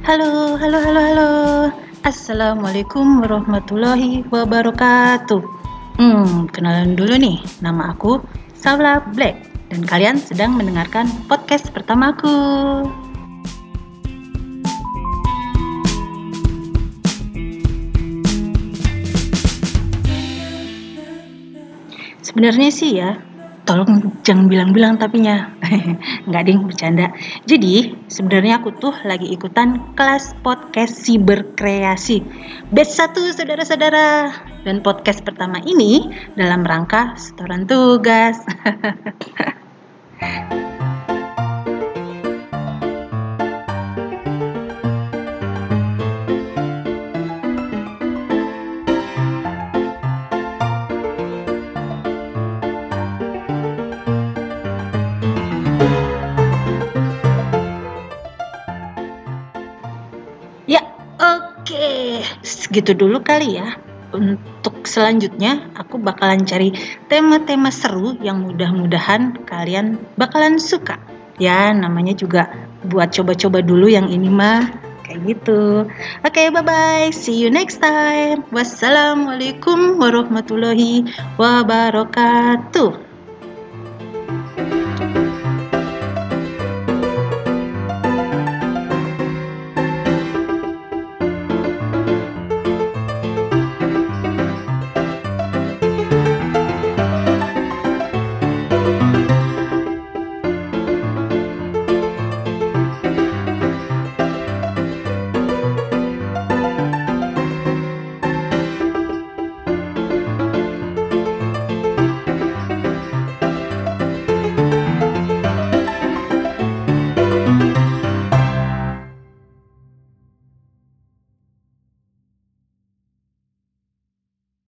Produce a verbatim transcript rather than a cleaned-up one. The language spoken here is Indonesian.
Halo, halo, halo, halo. Assalamualaikum warahmatullahi wabarakatuh. Hmm, kenalan dulu nih. Nama aku Saula Black dan kalian sedang mendengarkan podcast pertamaku. Sebenarnya sih ya, tolong jangan bilang-bilang tapinya. Nggak ding, bercanda. Jadi, sebenarnya aku tuh lagi ikutan kelas podcast siberkreasi. Batch satu, saudara-saudara. Dan podcast pertama ini dalam rangka setoran tugas. Ya, oke. Segitu dulu kali ya. Untuk selanjutnya, aku bakalan cari tema-tema seru yang mudah-mudahan kalian bakalan suka. Ya, namanya juga buat coba-coba dulu yang ini mah. Kayak gitu. Oke, bye-bye. See you next time. Wassalamualaikum warahmatullahi wabarakatuh.